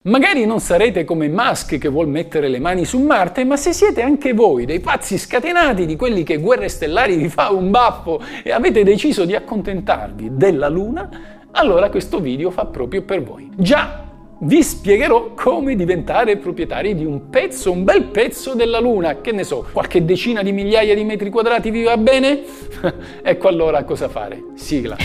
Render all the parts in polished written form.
Magari non sarete come Musk che vuol mettere le mani su Marte, ma se siete anche voi dei pazzi scatenati, di quelli che Guerre Stellari vi fa un baffo e avete deciso di accontentarvi della Luna, allora questo video fa proprio per voi. Già, vi spiegherò come diventare proprietari di un bel pezzo della Luna, che ne so, qualche decina di migliaia di metri quadrati vi va bene? Ecco allora cosa fare. Sigla.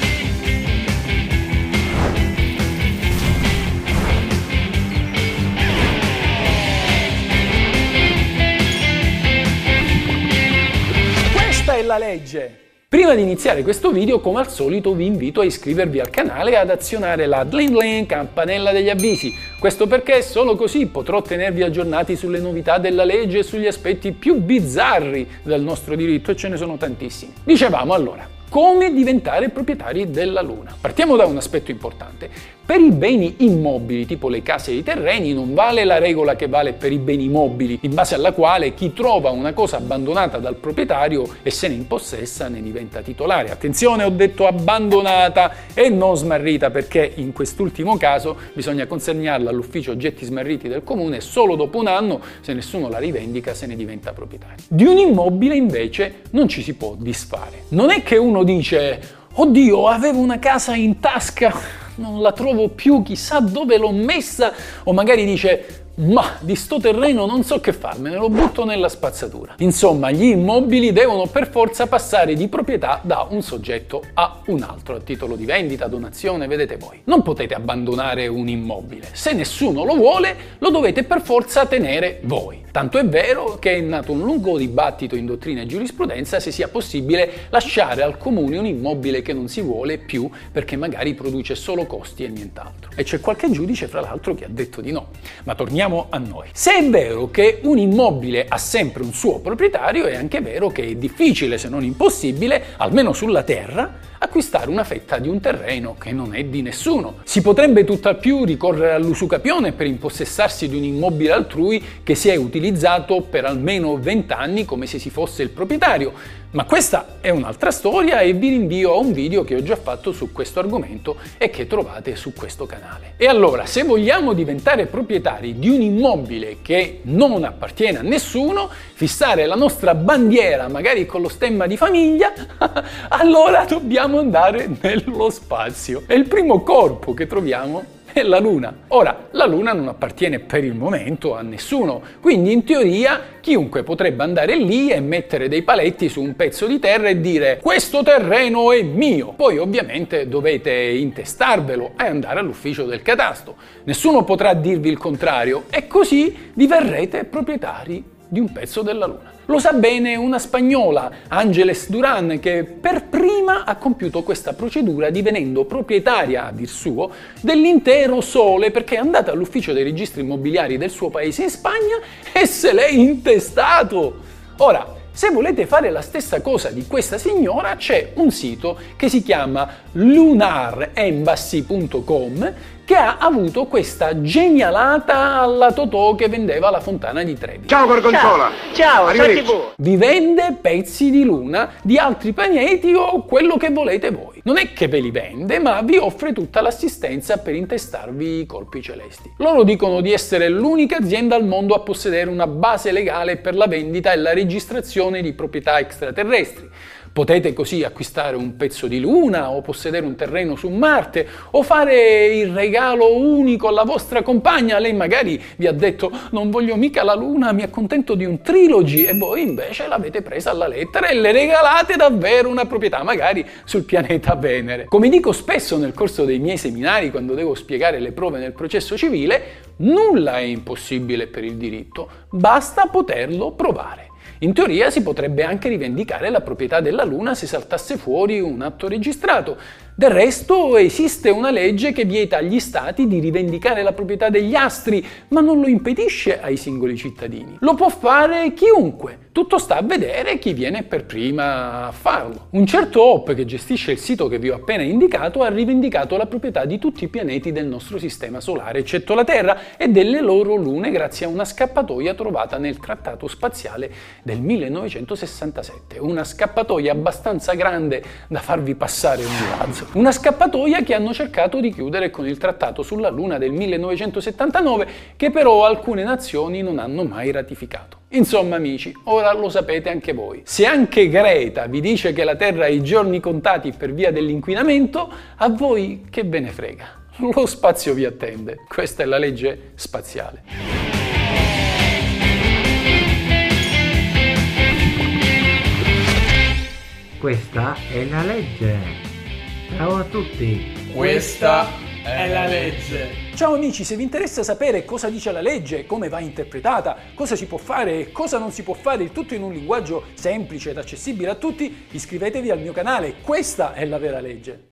Questa è la legge! Prima di iniziare questo video, come al solito, vi invito a iscrivervi al canale e ad azionare la campanella degli avvisi. Questo perché solo così potrò tenervi aggiornati sulle novità della legge e sugli aspetti più bizzarri del nostro diritto, e ce ne sono tantissimi. Dicevamo allora, come diventare proprietari della Luna? Partiamo da un aspetto importante. Per i beni immobili, tipo le case e i terreni, non vale la regola che vale per i beni mobili, in base alla quale chi trova una cosa abbandonata dal proprietario e se ne impossessa ne diventa titolare. Attenzione, ho detto abbandonata e non smarrita, perché in quest'ultimo caso bisogna consegnarla all'ufficio oggetti smarriti del comune e solo dopo un anno, se nessuno la rivendica, se ne diventa proprietario. Di un immobile invece non ci si può disfare. Non è che uno dice: oddio, avevo una casa in tasca, non la trovo più, chissà dove l'ho messa, o magari dice: ma di sto terreno non so che farmene, lo butto nella spazzatura. Insomma, gli immobili devono per forza passare di proprietà da un soggetto a un altro, a titolo di vendita, donazione, vedete voi. Non potete abbandonare un immobile. Se nessuno lo vuole, lo dovete per forza tenere voi. Tanto è vero che è nato un lungo dibattito in dottrina e giurisprudenza se sia possibile lasciare al comune un immobile che non si vuole più perché magari produce solo costi e nient'altro. E c'è qualche giudice, fra l'altro, che ha detto di no. Ma torniamo a noi. Se è vero che un immobile ha sempre un suo proprietario, è anche vero che è difficile, se non impossibile, almeno sulla terra, acquistare una fetta di un terreno che non è di nessuno. Si potrebbe tutt'al più ricorrere all'usucapione per impossessarsi di un immobile altrui che si è utilizzato per almeno 20 anni come se si fosse il proprietario. Ma questa è un'altra storia e vi rinvio a un video che ho già fatto su questo argomento e che trovate su questo canale. E allora, se vogliamo diventare proprietari di un immobile che non appartiene a nessuno, fissare la nostra bandiera magari con lo stemma di famiglia, allora dobbiamo andare nello spazio. E il primo corpo che troviamo è la Luna. Ora, la Luna non appartiene per il momento a nessuno, quindi in teoria chiunque potrebbe andare lì e mettere dei paletti su un pezzo di terra e dire: questo terreno è mio. Poi ovviamente dovete intestarvelo e andare all'ufficio del catasto. Nessuno potrà dirvi il contrario e così diverrete proprietari di un pezzo della Luna. Lo sa bene una spagnola, Ángeles Durán, che per prima ha compiuto questa procedura divenendo proprietaria, a dir suo, dell'intero Sole, perché è andata all'ufficio dei registri immobiliari del suo paese in Spagna e se l'è intestato. Ora, se volete fare la stessa cosa di questa signora, c'è un sito che si chiama lunarembassy.com che ha avuto questa genialata alla Totò che vendeva la fontana di Trevi. Ciao Gorgonzola! Ciao, ciao TV! Vi vende pezzi di luna di altri pianeti o quello che volete voi. Non è che ve li vende, ma vi offre tutta l'assistenza per intestarvi i corpi celesti. Loro dicono di essere l'unica azienda al mondo a possedere una base legale per la vendita e la registrazione di proprietà extraterrestri. Potete così acquistare un pezzo di Luna o possedere un terreno su Marte o fare il regalo unico alla vostra compagna. Lei magari vi ha detto: non voglio mica la Luna, mi accontento di un trilogy, e voi invece l'avete presa alla lettera e le regalate davvero una proprietà, magari sul pianeta Venere. Come dico spesso nel corso dei miei seminari quando devo spiegare le prove nel processo civile, nulla è impossibile per il diritto, basta poterlo provare. In teoria si potrebbe anche rivendicare la proprietà della Luna se saltasse fuori un atto registrato. Del resto esiste una legge che vieta agli stati di rivendicare la proprietà degli astri, ma non lo impedisce ai singoli cittadini. Lo può fare chiunque. Tutto sta a vedere chi viene per prima a farlo. Un certo Hoppe, che gestisce il sito che vi ho appena indicato, ha rivendicato la proprietà di tutti i pianeti del nostro sistema solare, eccetto la Terra, e delle loro lune grazie a una scappatoia trovata nel Trattato Spaziale del 1967. Una scappatoia abbastanza grande da farvi passare un razzo. Mars, una scappatoia che hanno cercato di chiudere con il trattato sulla Luna del 1979, che però alcune nazioni non hanno mai ratificato. Insomma amici, ora lo sapete anche voi. Se anche Greta vi dice che la Terra ha i giorni contati per via dell'inquinamento, a voi che ve ne frega? Lo spazio vi attende. Questa è la legge spaziale. Questa è la legge. Ciao a tutti. Questa è la legge. Ciao amici, se vi interessa sapere cosa dice la legge, come va interpretata, cosa si può fare e cosa non si può fare, il tutto in un linguaggio semplice ed accessibile a tutti, iscrivetevi al mio canale. Questa è la vera legge.